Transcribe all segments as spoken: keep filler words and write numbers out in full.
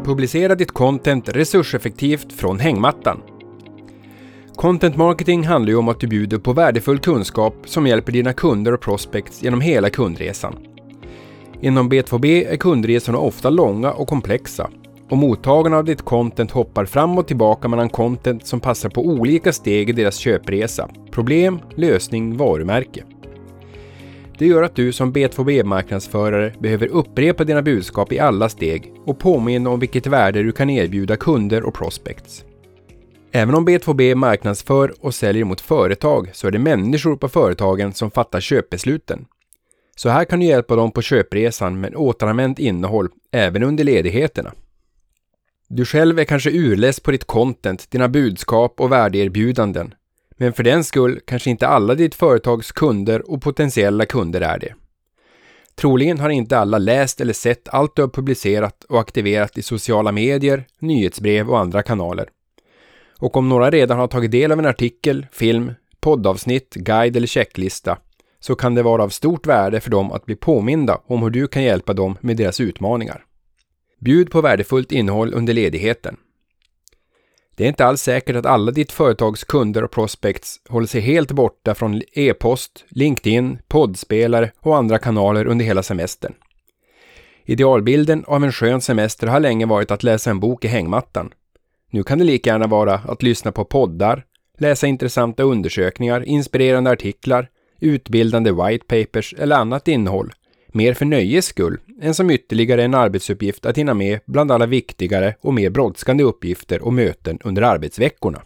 Publicera ditt content resurseffektivt från hängmattan. Content marketing handlar ju om att du bjuder på värdefull kunskap som hjälper dina kunder och prospects genom hela kundresan. Inom B två B är kundresorna ofta långa och komplexa och mottagarna av ditt content hoppar fram och tillbaka mellan content som passar på olika steg i deras köpresa. Problem, lösning, varumärke. Det gör att du som B två B-marknadsförare behöver upprepa dina budskap i alla steg och påminna om vilket värde du kan erbjuda kunder och prospects. Även om B två B marknadsför och säljer mot företag så är det människor på företagen som fattar köpbesluten. Så här kan du hjälpa dem på köpresan med återanvänt innehåll även under ledigheterna. Du själv är kanske urless på ditt content, dina budskap och värdeerbjudanden. Men för den skull kanske inte alla ditt företags kunder och potentiella kunder är det. Troligen har inte alla läst eller sett allt du har publicerat och aktiverat i sociala medier, nyhetsbrev och andra kanaler. Och om några redan har tagit del av en artikel, film, poddavsnitt, guide eller checklista så kan det vara av stort värde för dem att bli påminda om hur du kan hjälpa dem med deras utmaningar. Bjud på värdefullt innehåll under ledigheten. Det är inte alls säkert att alla ditt företags kunder och prospects håller sig helt borta från e-post, LinkedIn, poddspelare och andra kanaler under hela semestern. Idealbilden av en skön semester har länge varit att läsa en bok i hängmattan. Nu kan det lika gärna vara att lyssna på poddar, läsa intressanta undersökningar, inspirerande artiklar, utbildande white papers eller annat innehåll. Mer för nöjes skull än som ytterligare en arbetsuppgift att hinna med bland alla viktigare och mer brådskande uppgifter och möten under arbetsveckorna.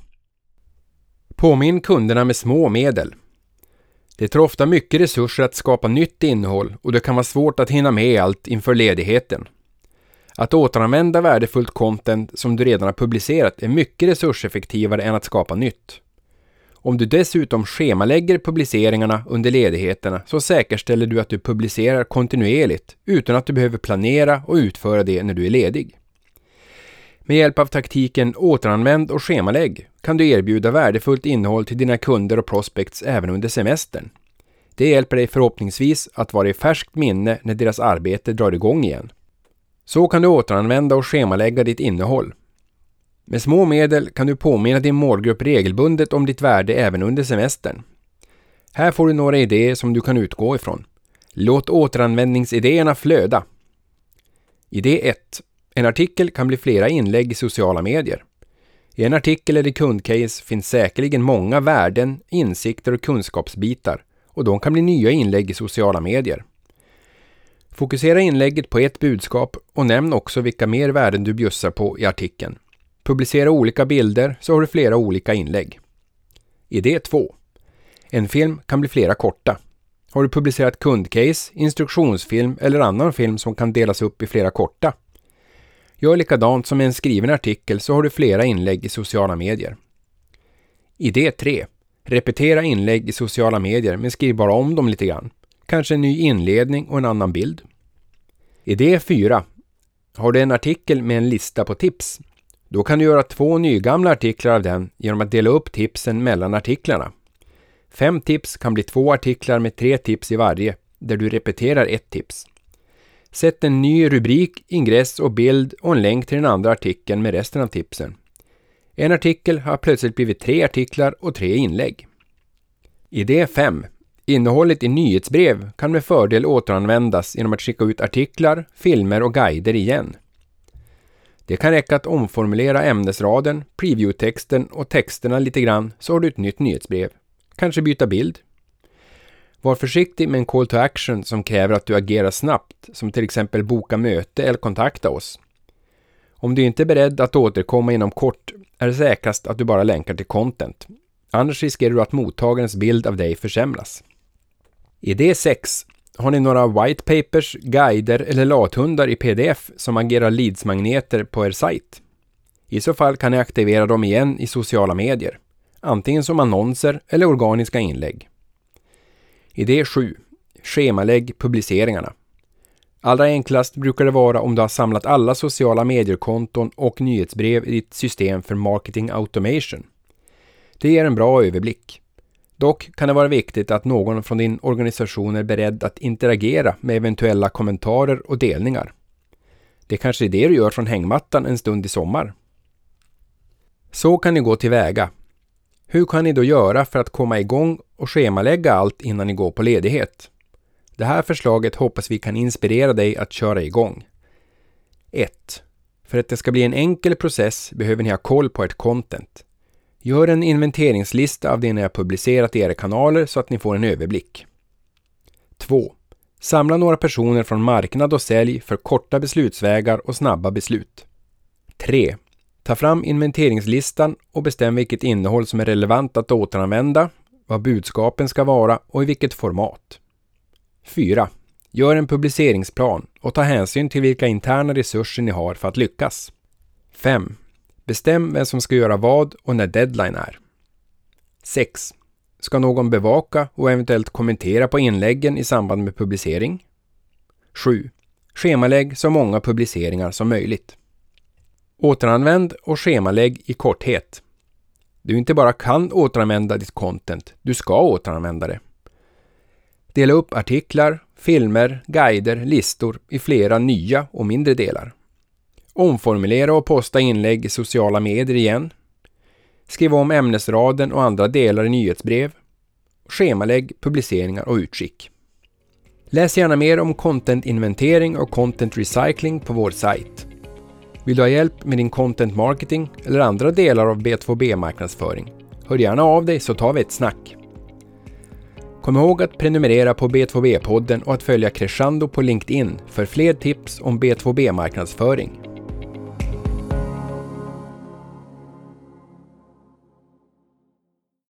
Påminn kunderna med små medel. Det tar ofta mycket resurser att skapa nytt innehåll och det kan vara svårt att hinna med allt inför ledigheten. Att återanvända värdefullt content som du redan har publicerat är mycket resurseffektivare än att skapa nytt. Om du dessutom schemalägger publiceringarna under ledigheterna så säkerställer du att du publicerar kontinuerligt utan att du behöver planera och utföra det när du är ledig. Med hjälp av taktiken återanvänd och schemalägg kan du erbjuda värdefullt innehåll till dina kunder och prospects även under semestern. Det hjälper dig förhoppningsvis att vara i färskt minne när deras arbete drar igång igen. Så kan du återanvända och schemalägga ditt innehåll. Med små medel kan du påminna din målgrupp regelbundet om ditt värde även under semestern. Här får du några idéer som du kan utgå ifrån. Låt återanvändningsidéerna flöda. Idé ett. En artikel kan bli flera inlägg i sociala medier. I en artikel eller kundcase finns säkerligen många värden, insikter och kunskapsbitar och de kan bli nya inlägg i sociala medier. Fokusera inlägget på ett budskap och nämn också vilka mer värden du bjussar på i artikeln. Publicera olika bilder så har du flera olika inlägg. Idé två. En film kan bli flera korta. Har du publicerat kundcase, instruktionsfilm eller annan film som kan delas upp i flera korta? Gör likadant som med en skriven artikel så har du flera inlägg i sociala medier. Idé tre. Repetera inlägg i sociala medier men skriv bara om dem lite grann. Kanske en ny inledning och en annan bild. Idé fyra. Har du en artikel med en lista på tips? Då kan du göra två nygamla artiklar av den genom att dela upp tipsen mellan artiklarna. Fem tips kan bli två artiklar med tre tips i varje, där du repeterar ett tips. Sätt en ny rubrik, ingress och bild och en länk till den andra artikeln med resten av tipsen. En artikel har plötsligt blivit tre artiklar och tre inlägg. Idé fem. Innehållet i nyhetsbrev kan med fördel återanvändas genom att skicka ut artiklar, filmer och guider igen. Det kan räcka att omformulera ämnesraden, preview-texten och texterna lite grann så har du ett nytt nyhetsbrev. Kanske byta bild. Var försiktig med en call to action som kräver att du agerar snabbt, som till exempel boka möte eller kontakta oss. Om du inte är beredd att återkomma inom kort är det säkrast att du bara länkar till content. Annars riskerar du att mottagarens bild av dig försämras. Idé sex. Har ni några white papers, guider eller lathundar i pdf som agerar leadsmagneter på er sajt? I så fall kan ni aktivera dem igen i sociala medier. Antingen som annonser eller organiska inlägg. Idé sju. Schemalägg publiceringarna. Allra enklast brukar det vara om du har samlat alla sociala mediekonton och nyhetsbrev i ditt system för marketing automation. Det ger en bra överblick. Dock kan det vara viktigt att någon från din organisation är beredd att interagera med eventuella kommentarer och delningar. Det är kanske är det du gör från hängmattan en stund i sommar. Så kan ni gå tillväga. Hur kan ni då göra för att komma igång och schemalägga allt innan ni går på ledighet? Det här förslaget hoppas vi kan inspirera dig att köra igång. ett. För att det ska bli en enkel process behöver ni ha koll på ert content. Gör en inventeringslista av det ni har publicerat i era kanaler så att ni får en överblick. två. Samla några personer från marknad och sälj för korta beslutsvägar och snabba beslut. tre. Ta fram inventeringslistan och bestäm vilket innehåll som är relevant att återanvända, vad budskapen ska vara och i vilket format. fyra. Gör en publiceringsplan och ta hänsyn till vilka interna resurser ni har för att lyckas. fem. Bestäm vem som ska göra vad och när deadline är. sex. Ska någon bevaka och eventuellt kommentera på inläggen i samband med publicering? sju. Schemalägg så många publiceringar som möjligt. Återanvänd och schemalägg i korthet. Du inte bara kan återanvända ditt content, du ska återanvända det. Dela upp artiklar, filmer, guider, listor i flera nya och mindre delar. Omformulera och posta inlägg i sociala medier igen. Skriv om ämnesraden och andra delar i nyhetsbrev. Schemalägg, publiceringar och utskick. Läs gärna mer om content-inventering och content recycling på vår sajt. Vill du ha hjälp med din content marketing eller andra delar av B två B-marknadsföring? Hör gärna av dig så tar vi ett snack. Kom ihåg att prenumerera på B två B-podden och att följa Crescendo på LinkedIn för fler tips om B två B-marknadsföring.